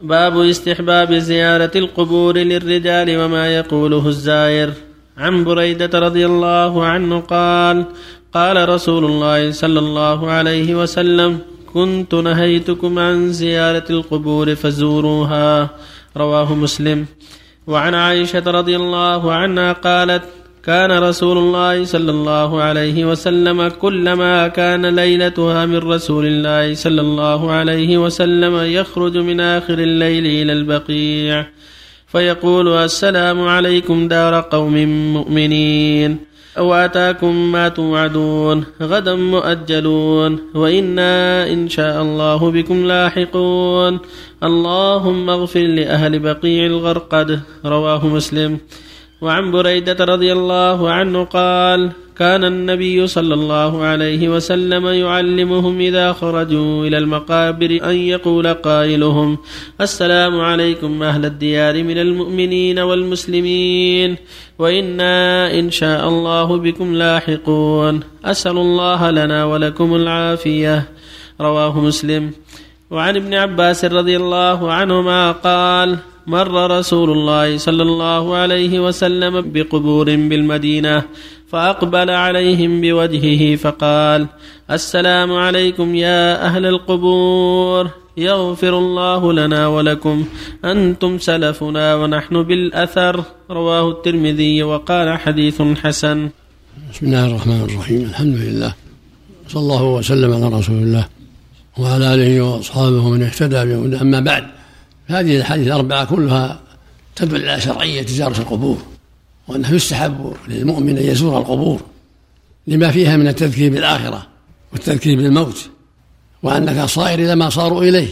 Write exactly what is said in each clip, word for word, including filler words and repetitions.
باب استحباب زيارة القبور للرجال وما يقوله الزائر. عن بريدة رضي الله عنه قال قال رسول الله صلى الله عليه وسلم كنت نهيتكم عن زيارة القبور فزوروها. رواه مسلم. وعن عائشة رضي الله عنها قالت كان رسول الله صلى الله عليه وسلم كلما كان ليلتها من رسول الله صلى الله عليه وسلم يخرج من آخر الليل إلى البقيع فيقول السلام عليكم دار قوم مؤمنين وأتاكم ما توعدون غدا مؤجلون وإنا إن شاء الله بكم لاحقون اللهم اغفر لأهل بقيع الغرقد. رواه مسلم. وعن بريدة رضي الله عنه قال كان النبي صلى الله عليه وسلم يعلمهم إذا خرجوا إلى المقابر أن يقول قائلهم السلام عليكم أهل الديار من المؤمنين والمسلمين وإنا إن شاء الله بكم لاحقون أسأل الله لنا ولكم العافية. رواه مسلم. وعن ابن عباس رضي الله عنهما قال مر رسول الله صلى الله عليه وسلم بقبور بالمدينة فأقبل عليهم بوجهه فقال السلام عليكم يا أهل القبور يغفر الله لنا ولكم أنتم سلفنا ونحن بالأثر. رواه الترمذي وقال حديث حسن. بسم الله الرحمن الرحيم. الحمد لله صلى الله وسلم على رسول الله وعلى آله وأصحابه من اهتدى بهداه. أما بعد، هذه الحديث الأربعة كلها تدل على شرعية زيارة القبور، وأنه يستحب للمؤمن أن يزور القبور لما فيها من التذكير بالآخرة والتذكير بالموت، وأنك صائر إلى ما صاروا إليه.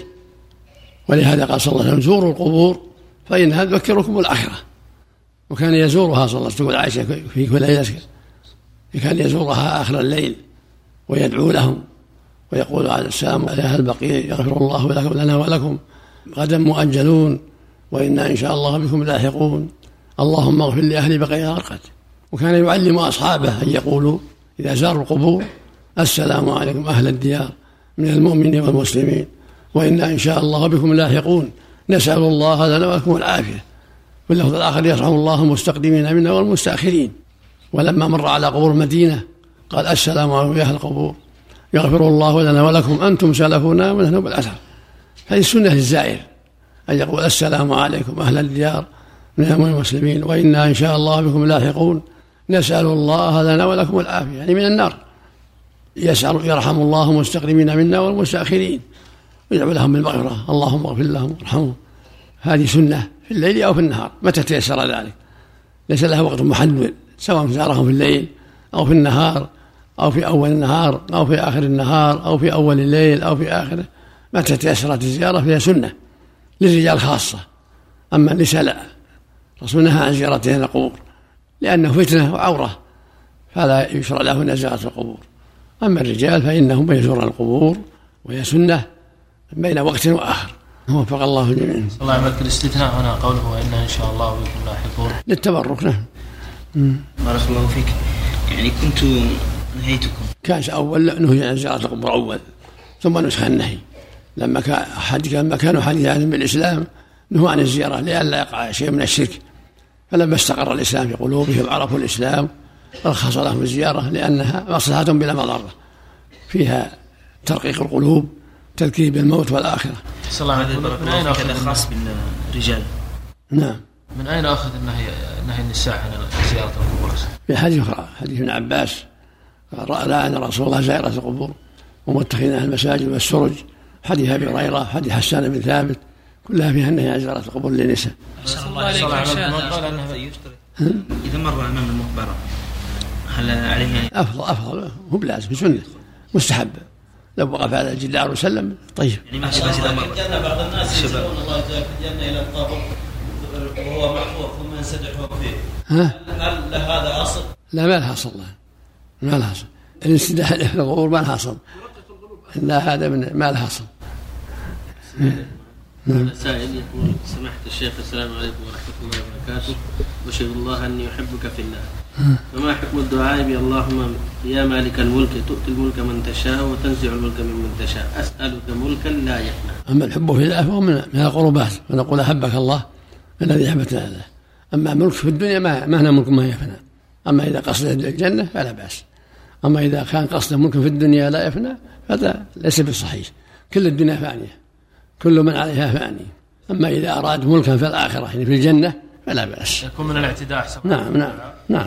ولهذا قال صلى الله عليه وسلم زوروا القبور فإنها تذكركم الآخرة. وكان يزورها صلى الله عليه وسلم تقول عائشة في كل ليلة كان يزورها آخر الليل ويدعو لهم ويقول على السلام على أهل البقيع يغفر الله لكم لنا ولكم غدا مؤجلون وإنا إن شاء الله بكم لاحقون اللهم اغفر لأهل بقيع الغرقد. وكان يعلم أصحابه أن يقولوا إذا زاروا القبور السلام عليكم أهل الديار من المؤمنين والمسلمين وإنا إن شاء الله بكم لاحقون نسأل الله لنا ولكم العافية. واللفظ الآخر يرحم الله المستقدمين منا والمستأخرين. ولما مر على قبور المدينة قال السلام عليكم يا أهل القبور يغفر الله لنا ولكم أنتم سلفنا ونحن بالأثر. هذه السنة للزائر أن يقول السلام عليكم أهل الديار من المسلمين وإنا إن شاء الله بكم لاحقون نسأل الله لنا ولكم العافية، يعني من النار. يسأل يرحم الله المستقدمين منا والمستأخرين ويدعو لهم بالمغفرة اللهم اغفر لهم وارحمهم. هذه سنة في الليل أو في النهار متى تيسر ذلك، ليس لها وقت محدد، سواء زارهم في الليل أو في النهار أو في أول النهار أو في آخر النهار أو في أول الليل أو في آخره. متى تيسرت الزيارة فيها سنة للرجال خاصة، أما النساء لا. الرسول نهى عن زيارتهن القبور لأنه فتنة وعورة فلا يشرع لهن زيارة القبور. أما الرجال فإنهم يزورون القبور وهي سنة بين وقت وآخر. وفق الله جميعا. الله يبارك. الاستثناء هنا قوله وإنا إن شاء الله بكم لاحقون للتبرك. نعم. بارك الله فيك. يعني كنت نهيتكم كان أول نهي عن زيارة القبور أول ثم نسخ النهي لما كان حديث لما كانوا حديث عن بالإسلام نهوا عن الزيارة لئلا يقع شيء من الشرك. فلما استقر الإسلام في قلوبهم عرفوا الإسلام رخص لهم الزيارة لأنها مصلحة بلا مضرة فيها ترقيق القلوب تذكير بالموت والآخرة. صلى الله عليه وسلم. من أين أخذ هذا خاص بالرجال؟ نعم. من أين أخذ النهي نهي النساء عن زيارة القبور؟ في حديث أخرى حديث ابن عباس لعن رسول الله زائرة القبور ومتخذينها المساجد والسرج. حديث أبي هريرة حديث حسان بن ثابت كلها فيها النهي عن زيارة القبور للنساء. صلى الله عليه وسلم. إذا مر أمام المقبرة هل عليه أفضل أفضل هو بلازم في سنة مستحب لو وقف على الجدار وسلم طيب. يعني ما شبه إذا مر بعض الناس يسألون الله تعالى في الجنة إلى القبر وهو محفور ثم ينسدحوا فيه. ها؟ هل هذا أصل؟ لا ما لها أصل. ما لها أصل. الانسداح في القبور ما لها أصل. لا هذا من ما لها أصل. سائل يقول: سماحة الشيخ السلام عليكم ورحمة الله وبركاته، أشهد الله أني أحبك في الله، فما حكم الدعاء اللهم يا مالك الملك تؤتي الملك من تشاء وتنزع الملك ممن تشاء أسألك ملكا لا يفنى؟ أما الحب في الله فهو من القربات، ونقول أحبك الله الذي أحببتنا له. أما ملك في الدنيا ما ما ملك ما يفنى. أما إذا قصد الجنة فلا بأس. أما إذا كان قصد ملك في الدنيا لا يفنى هذا ليس بالصحيح. كل الدنيا فانية، كل من عليها فاني. أما إذا أراد ملكا في الآخرة يعني في الجنة فلا بأس. يكون من الاعتداء. نعم نعم نعم.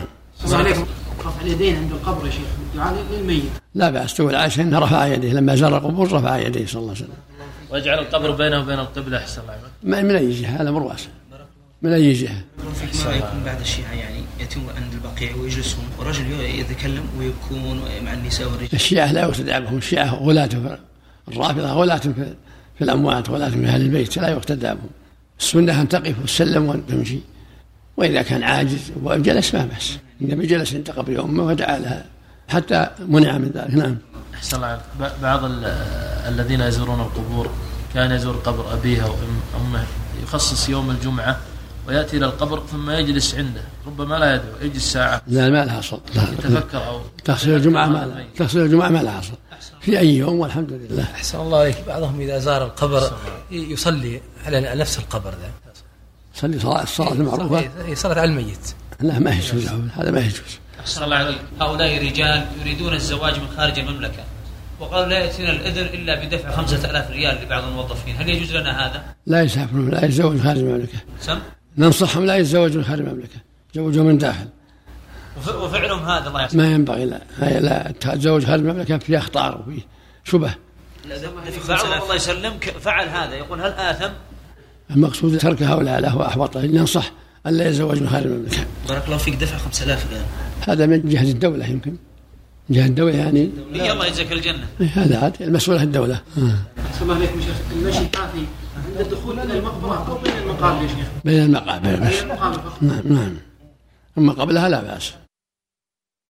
رفع اليدين عند القبر يا شيخ الدعاء للميت لا بأس. تقول عائشة أنه رفع يديه لما زار القبور، رفع يديه صلى الله عليه وسلم. ويجعل القبر بينه وبين القبلة أحسن الله. من أي جهة؟ هذا مرواسة. من أي جهة؟ ما يكون بعد الشيعة يعني يأتون عند البقيع ويجلسون ورجل يتكلم ويكون مع النساء والرجال. الشيعة لا يقتدى بهم. الشيعة غلاة في الرافضة، غلاة في الأموات، غلاة في أهل البيت، لا يقتدى بهم. السنة أن تقف وتسلم وتمشي، وإذا كان عاجز وجلس ما بأس. النبي جلس عند قبر أمه ودعا لها حتى منع من ذلك. نعم. أحسن الله. بعض الذين يزورون القبور كان يزور قبر أبيها وأمه، يخصص يوم الجمعة ويأتي إلى القبر ثم يجلس عنده، ربما لا يدعو، يجلس ساعة. لا ما لها أصل. يتفكر أو تغسل الجمعة ما لها. تغسل الجمعة ما لها أصل في أي يوم، والحمد لله. أحسن الله عليك. بعضهم إذا زار القبر يصلي على نفس القبر ذا، يصلي صلاة الصلاة المعروفة، صلاة على الميت. لا ما يجوز، هذا ما يجوز. أحسن الله عليك. هؤلاء رجال يريدون الزواج من خارج المملكة، وقالوا لا يأتينا الإذن إلا بدفع خمسة آلاف ريال لبعض الموظفين، هل يجوز لنا هذا؟ لا يسافرون، لا يتزوج من خارج المملكة. سم؟ ننصحهم لا يتزوجوا من خارج المملكة، يتزوجوا من داخل. وفعلهم هذا الله يحسن. ما ينبغي. لا لا التزوج خارج المملكة فيه أخطار وفيه شبه. بعضهم الله يسلمك فعل هذا، يقول هل آثم؟ المقصود ترك هؤلاء له وأحبطه. ننصح أن لا يتزوج من خارج المملكة. بارك الله فيك. دفع خمسة آلاف الآن هذا من جهة الدولة، يمكن من جهة الدولة يعني. إيه الله يجزاك الجنة. هذا عاد المسؤولة الدولة. أحسن عليكم شيخ. المشي كافي عند الدخول إلى المقبرة أو بين المقابر يا شيخ؟ بين المقابر. بين المقابر. نعم نعم. أما قبلها لا بأس.